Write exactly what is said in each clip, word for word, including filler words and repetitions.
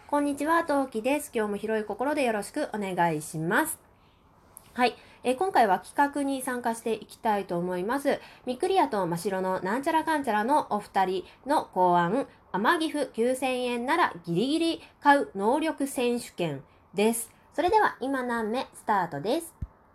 こんにちは、トウキです。今日も広い心でよろしくお願いします。はい、えー今回は企画に参加していきたいと思います。ミクリアとマシロのなんちゃらかんちゃらのお二人の考案、天岐阜きゅうせんえんならギリギリ買う能力選手権です。それでは今何目スタートです。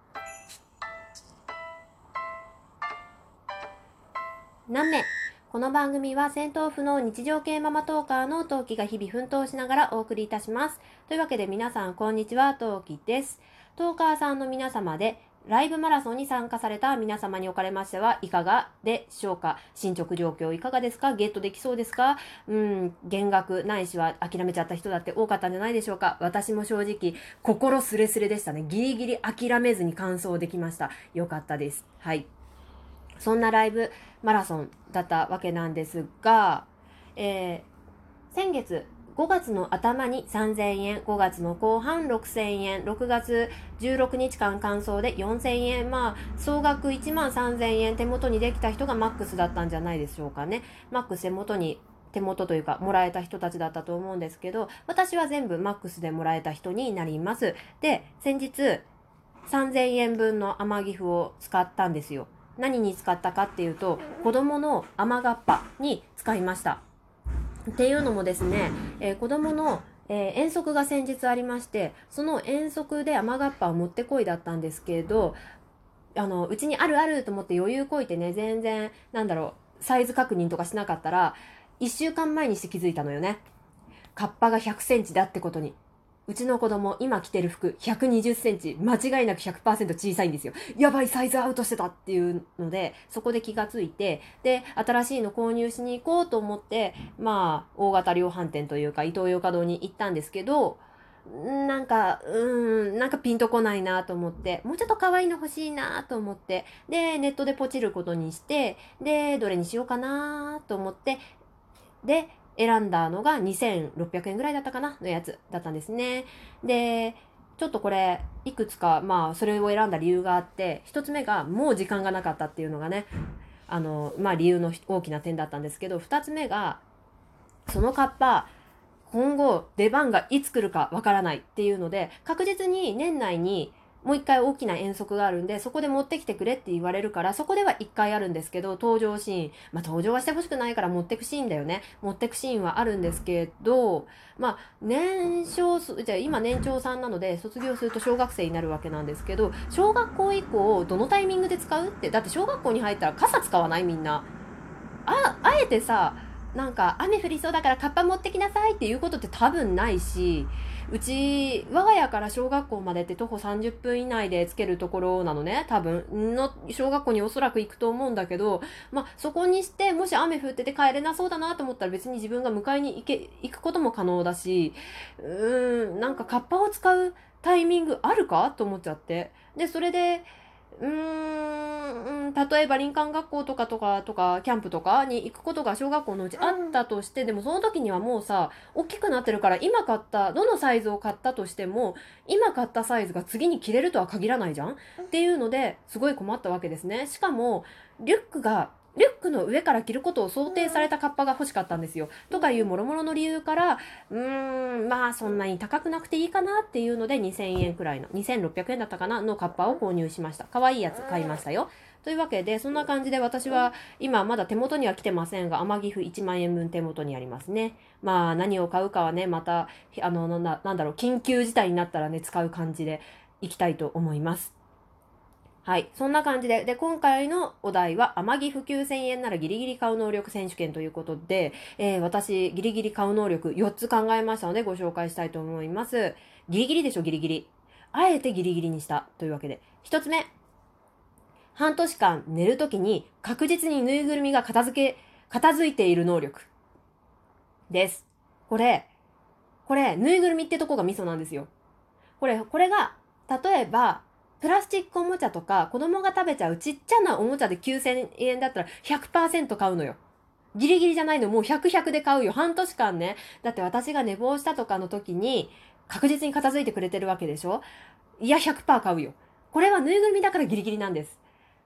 何目この番組は戦闘不能日常系ママトーカーのトウキが日々奮闘しながらお送りいたします。というわけで皆さんこんにちは、トウキです。トーカーさんの皆様でライブマラソンに参加された皆様におかれましてはいかがでしょうか。進捗状況いかがですか。ゲットできそうですか。うん、減額ないしは諦めちゃった人だって多かったんじゃないでしょうか。私も正直心スレスレでしたね。ギリギリ諦めずに完走できました。よかったです。はい。そんなライブマラソンだったわけなんですが、えー先月ごがつの頭にさんぜんえん、ごがつの後半ろくせんえん、ろくがつじゅうろくにちかん完走でよんせんえん、まあ総額いちまんさんぜんえん手元にできた人がマックスだったんじゃないでしょうかね。マックス手元に手元というかもらえた人たちだったと思うんですけど、私は全部マックスでもらえた人になります。で、先日さんぜんえんぶんの天岐阜を使ったんですよ。何に使ったかっていうと、子供の雨がっぱに使いました。っていうのもですね、えー、子供の、えー遠足が先日ありまして、その遠足で雨がっぱを持ってこいだったんですけど、あのうちにあるあると思って余裕こいてね、全然なんだろうサイズ確認とかしなかったらいっしゅうかんまえにして気づいたのよね。カッパがひゃくセンチだってことに。うちの子供今着てる服ひゃくにじゅっセンチ、間違いなく ひゃくパーセント 小さいんですよ。やばい、サイズアウトしてたっていうので、そこで気がついて、で新しいの購入しに行こうと思って、まあ大型量販店というかイトーヨーカドーに行ったんですけど、なんかうーんなんかピンとこないなと思って、もうちょっと可愛いの欲しいなと思って、でネットでポチることにして、でどれにしようかなと思って、で選んだのがにせんろっぴゃくえんぐらいだったかなのやつだったんですね。でちょっとこれいくつか、まあそれを選んだ理由があって、一つ目がもう時間がなかったっていうのがね、あのまあ理由の大きな点だったんですけど、二つ目がそのカッパ今後出番がいつ来るかわからないっていうので、確実に年内にもう一回大きな遠足があるんで、そこで持ってきてくれって言われるから、そこでは一回あるんですけど、登場シーン、まあ登場はしてほしくないから持ってくシーンだよね。持ってくシーンはあるんですけど、まあ年少じゃあ今年長さんなので卒業すると小学生になるわけなんですけど、小学校以降どのタイミングで使うって、だって小学校に入ったら傘使わない？みんなああえてさ、なんか雨降りそうだからカッパ持ってきなさいっていうことって多分ないし、うち我が家から小学校までって徒歩さんじゅっぷん以内でつけるところなのね、多分の小学校におそらく行くと思うんだけど、まあそこにして、もし雨降ってて帰れなそうだなと思ったら別に自分が迎えに行け行くことも可能だし、うーんなんかカッパを使うタイミングあるかと思っちゃって、でそれでうーん、例えば林間学校とかとかとかキャンプとかに行くことが小学校のうちあったとして、でもその時にはもうさ大きくなってるから、今買ったどのサイズを買ったとしても今買ったサイズが次に着れるとは限らないじゃんっていうのですごい困ったわけですね。しかもリュックがリュックの上から着ることを想定されたカッパが欲しかったんですよ、とかいうもろもろの理由から、うーんまあそんなに高くなくていいかなっていうのでにせんえんくらいのにせんろっぴゃくえんだったかなのカッパを購入しました。可愛いやつ買いましたよ。というわけでそんな感じで、私は今まだ手元には来てませんが、天岐阜いちまんえんぶん手元にありますね。まあ何を買うかはね、またあのなんだなんだろう緊急事態になったらね使う感じでいきたいと思います。はい。そんな感じで。で、今回のお題は、天城府きゅうせんえんならギリギリ買う能力選手権ということで、えー私、ギリギリ買う能力よっつ考えましたので、ご紹介したいと思います。ギリギリでしょ、ギリギリ。あえてギリギリにしたというわけで。ひとつめ。半年間寝るときに確実にぬいぐるみが片付け、片付いている能力です。これ、これ、ぬいぐるみってとこがミソなんですよ。これ、これが、例えば、プラスチックおもちゃとか、子供が食べちゃうちっちゃなおもちゃできゅうせんえんだったらひゃくパーセント買うのよ。ギリギリじゃないの、もうひゃく、ひゃくで買うよ。半年間ね。だって私が寝坊したとかの時に、確実に片付いてくれてるわけでしょ。いや、ひゃくパーセント買うよ。これはぬいぐるみだからギリギリなんです。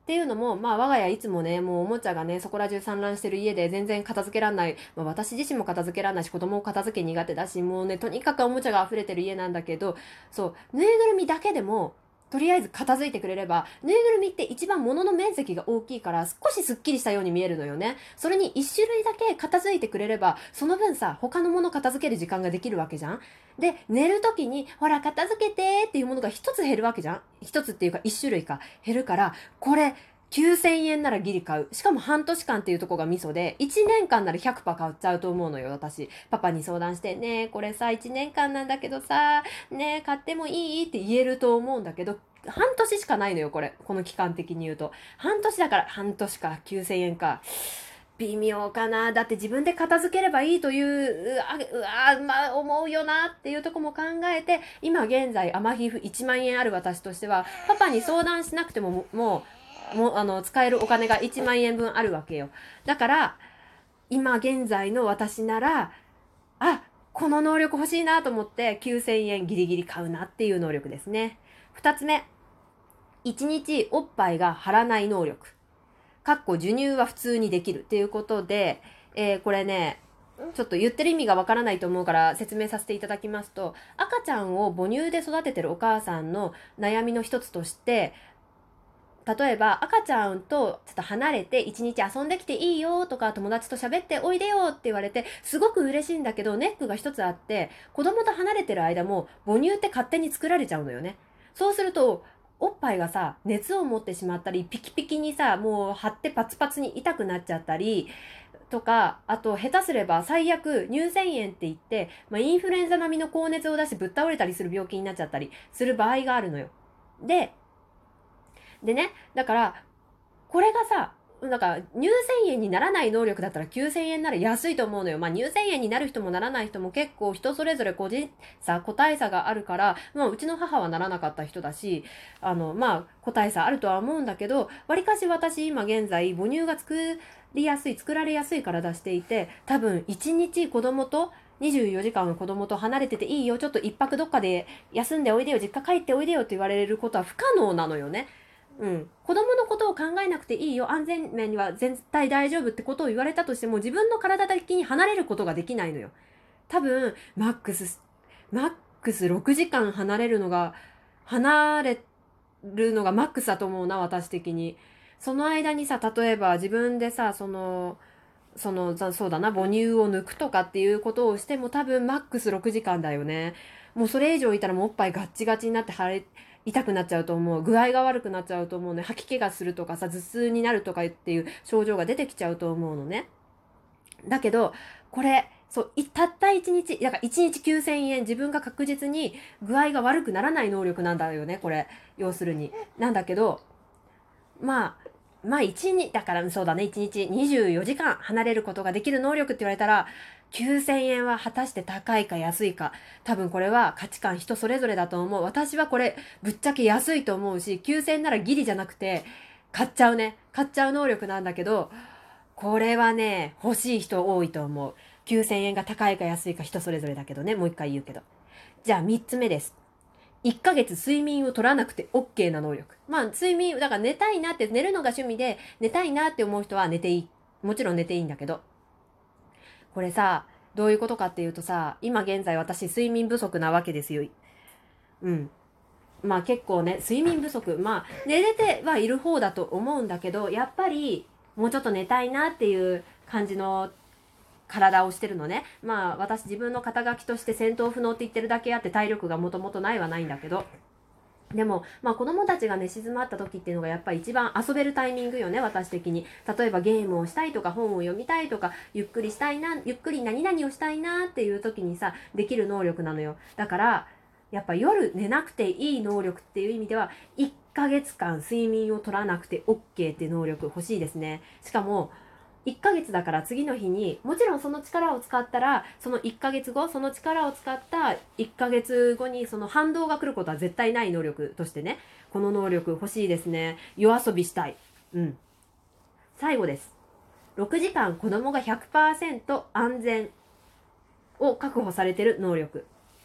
っていうのも、まあ我が家いつもね、もうおもちゃがね、そこら中散乱してる家で全然片付けらんない。まあ私自身も片付けらんないし、子供も片付け苦手だし、もうね、とにかくおもちゃが溢れてる家なんだけど、そう、ぬいぐるみだけでも、とりあえず片付いてくれれば、ぬいぐるみって一番物の面積が大きいから少しスッキリしたように見えるのよね。それに一種類だけ片付いてくれれば、その分さ、他のもの片付ける時間ができるわけじゃん。で、寝る時に、ほら片付けてっていうものが一つ減るわけじゃん。一つっていうか一種類か減るから、これ、きゅうせんえんならギリ買う。しかも半年間っていうとこがミソで、いちねんかんなら ひゃくパーセント 買っちゃうと思うのよ、私。パパに相談して、ねえ、これさ、いちねんかんなんだけどさ、ねえ、買ってもいいって言えると思うんだけど、半年しかないのよ、これ。この期間的に言うと。半年だから、半年か、きゅうせんえんか。微妙かな。だって自分で片付ければいいという、うわ、うわまあ、思うよなっていうとこも考えて、今現在、アマヒフいちまんえんある私としては、パパに相談しなくても、もう、もう、あの、使えるお金がいちまんえんぶんあるわけよ。だから、今現在の私なら、あ、この能力欲しいなと思ってきゅうせんえんギリギリ買うなっていう能力ですね。二つ目、いちにちおっぱいが張らない能力。かっこ授乳は普通にできるっていうことで、えー、これね、ちょっと言ってる意味がわからないと思うから説明させていただきますと、赤ちゃんを母乳で育ててるお母さんの悩みの一つとして、例えば赤ちゃんとちょっと離れて一日遊んできていいよとか友達と喋っておいでよって言われてすごく嬉しいんだけど、ネックが一つあって、子供と離れてる間も母乳って勝手に作られちゃうのよね。そうするとおっぱいがさ、熱を持ってしまったりピキピキにさ、もう張ってパツパツに痛くなっちゃったりとか、あと下手すれば最悪乳腺炎って言って、まあ、インフルエンザ並みの高熱を出してぶっ倒れたりする病気になっちゃったりする場合があるのよ。ででね、だから、これがさ、なんか乳腺炎にならない能力だったらきゅうせんえんなら安いと思うのよ。まあ乳腺炎になる人もならない人も結構人それぞれ個人差、個体差があるから、まあうちの母はならなかった人だし、あの、まあ個体差あるとは思うんだけど、わりかし私今現在母乳が作りやすい、作られやすいから出していて、多分いちにち子供とにじゅうよじかん子供と離れてていいよ、ちょっと一泊どっかで休んでおいでよ、実家帰っておいでよって言われることは不可能なのよね。うん、子供のことを考えなくていいよ、安全面には絶対大丈夫ってことを言われたとしても、自分の体的に離れることができないのよ。多分マックスマックスろくじかん離れるのが離れるのがマックスだと思うな、私的に。その間にさ、例えば自分でさ、そのそのそうだな、母乳を抜くとかっていうことをしても多分マックスろくじかんだよね。もうそれ以上いたらもうおっぱいガッチガチになって腫れ痛くなっちゃうと思う。具合が悪くなっちゃうと思うね。吐き気がするとかさ、頭痛になるとかっていう症状が出てきちゃうと思うのね。だけど、これ、そう、たったいちにち、だからいちにちきゅうせんえん、自分が確実に具合が悪くならない能力なんだよね、これ。要するに。なんだけど、まあ、まあ一日、だからそうだね、いちにちにじゅうよじかん離れることができる能力って言われたら、きゅうせんえんは果たして高いか安いか。多分これは価値観人それぞれだと思う。私はこれぶっちゃけ安いと思うし、きゅうせんえんならギリじゃなくて、買っちゃうね。買っちゃう能力なんだけど、これはね、欲しい人多いと思う。きゅうせんえんが高いか安いか人それぞれだけどね、もう一回言うけど。じゃあみっつめです。いっかげつ睡眠を取らなくて OK な能力。まあ、睡眠、だから寝たいなって、寝るのが趣味で、寝たいなって思う人は寝ていい。もちろん寝ていいんだけど。これさ、どういうことかっていうとさ、今現在私睡眠不足なわけですよ。うん。まあ結構ね、睡眠不足。まあ、寝れてはいる方だと思うんだけど、やっぱり、もうちょっと寝たいなっていう感じの体をしてるのね。まあ私自分の肩書きとして戦闘不能って言ってるだけあって体力がもともとないはないんだけど、でも、まあ子供たちが寝静まった時っていうのがやっぱり一番遊べるタイミングよね、私的に。例えばゲームをしたいとか本を読みたいとか、ゆっくりしたいな、ゆっくり何々をしたいなっていう時にさ、できる能力なのよ。だから、やっぱ夜寝なくていい能力っていう意味では、いっかげつかん睡眠を取らなくて OK っていう能力欲しいですね。しかも、いっかげつだから次の日に、もちろんその力を使ったら、そのいっかげつご、その力を使ったいっかげつごにその反動が来ることは絶対ない能力としてね、この能力欲しいですね。夜遊びしたい。うん。最後です。ろくじかん子供がひゃくパーセント安全を確保されてる能力。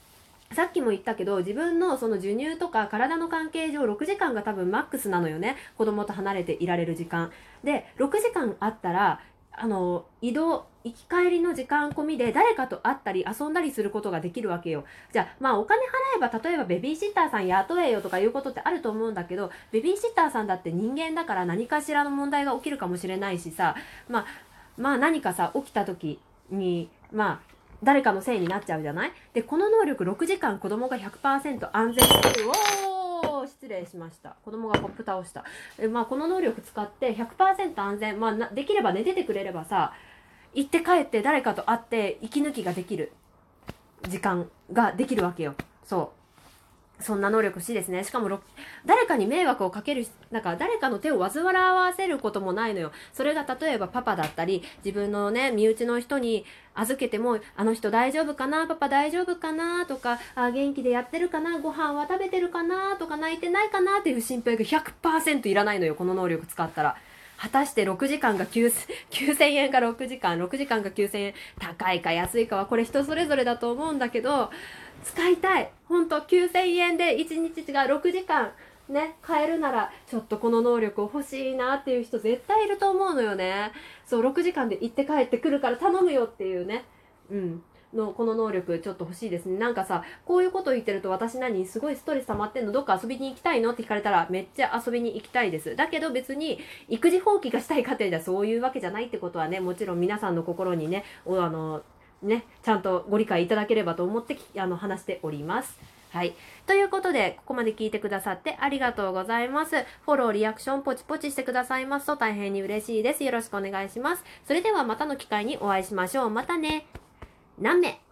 さっきも言ったけど、自分のその授乳とか体の関係上ろくじかんが多分マックスなのよね。子供と離れていられる時間で、ろくじかんあったらあの移動行き帰りの時間込みで誰かと会ったり遊んだりすることができるわけよ。じゃあまあお金払えば、例えばベビーシッターさん雇えよとかいうことってあると思うんだけど、ベビーシッターさんだって人間だから何かしらの問題が起きるかもしれないしさ、まあまあ何かさ起きた時にまあ誰かのせいになっちゃうじゃない。でこの能力ろくじかん子供が ひゃくパーセント 安全してる。おー失礼しました。子供がコップ倒した。え、まあ、この能力使って ひゃくパーセント 安全、まあ、なできれば寝ててくれればさ、行って帰って誰かと会って息抜きができる時間ができるわけよ。そうそんな能力欲しいですね。しかも誰かに迷惑をかける、なんか誰かの手を煩わせることもないのよ。それが例えばパパだったり、自分のね、身内の人に預けても、あの人大丈夫かな、パパ大丈夫かなとか、あ、元気でやってるかな、ご飯は食べてるかなとか、泣いてないかなっていう心配が ひゃくパーセント いらないのよ、この能力使ったら。果たしてろくじかんがきゅうせんえんかろくじかん、ろくじかんがきゅうせんえん、高いか安いかはこれ人それぞれだと思うんだけど、使いたい。ほんときゅうせんえんでいちにちがろくじかんね、買えるなら、ちょっとこの能力欲しいなっていう人絶対いると思うのよね。そう、ろくじかんで行って帰ってくるから頼むよっていうね。うん。のこの能力ちょっと欲しいですね。なんかさ、こういうこと言ってると、私何すごいストレス溜まってんの、どっか遊びに行きたいのって聞かれたら、めっちゃ遊びに行きたいです。だけど別に育児放棄がしたい家庭じゃそういうわけじゃないってことはね、もちろん皆さんの心にね、おあのねちゃんとご理解いただければと思ってあの話しております。はい。ということで、ここまで聞いてくださってありがとうございます。フォロー、リアクション、ポチポチしてくださいますと大変に嬉しいです。よろしくお願いします。それではまたの機会にお会いしましょう。またね。何名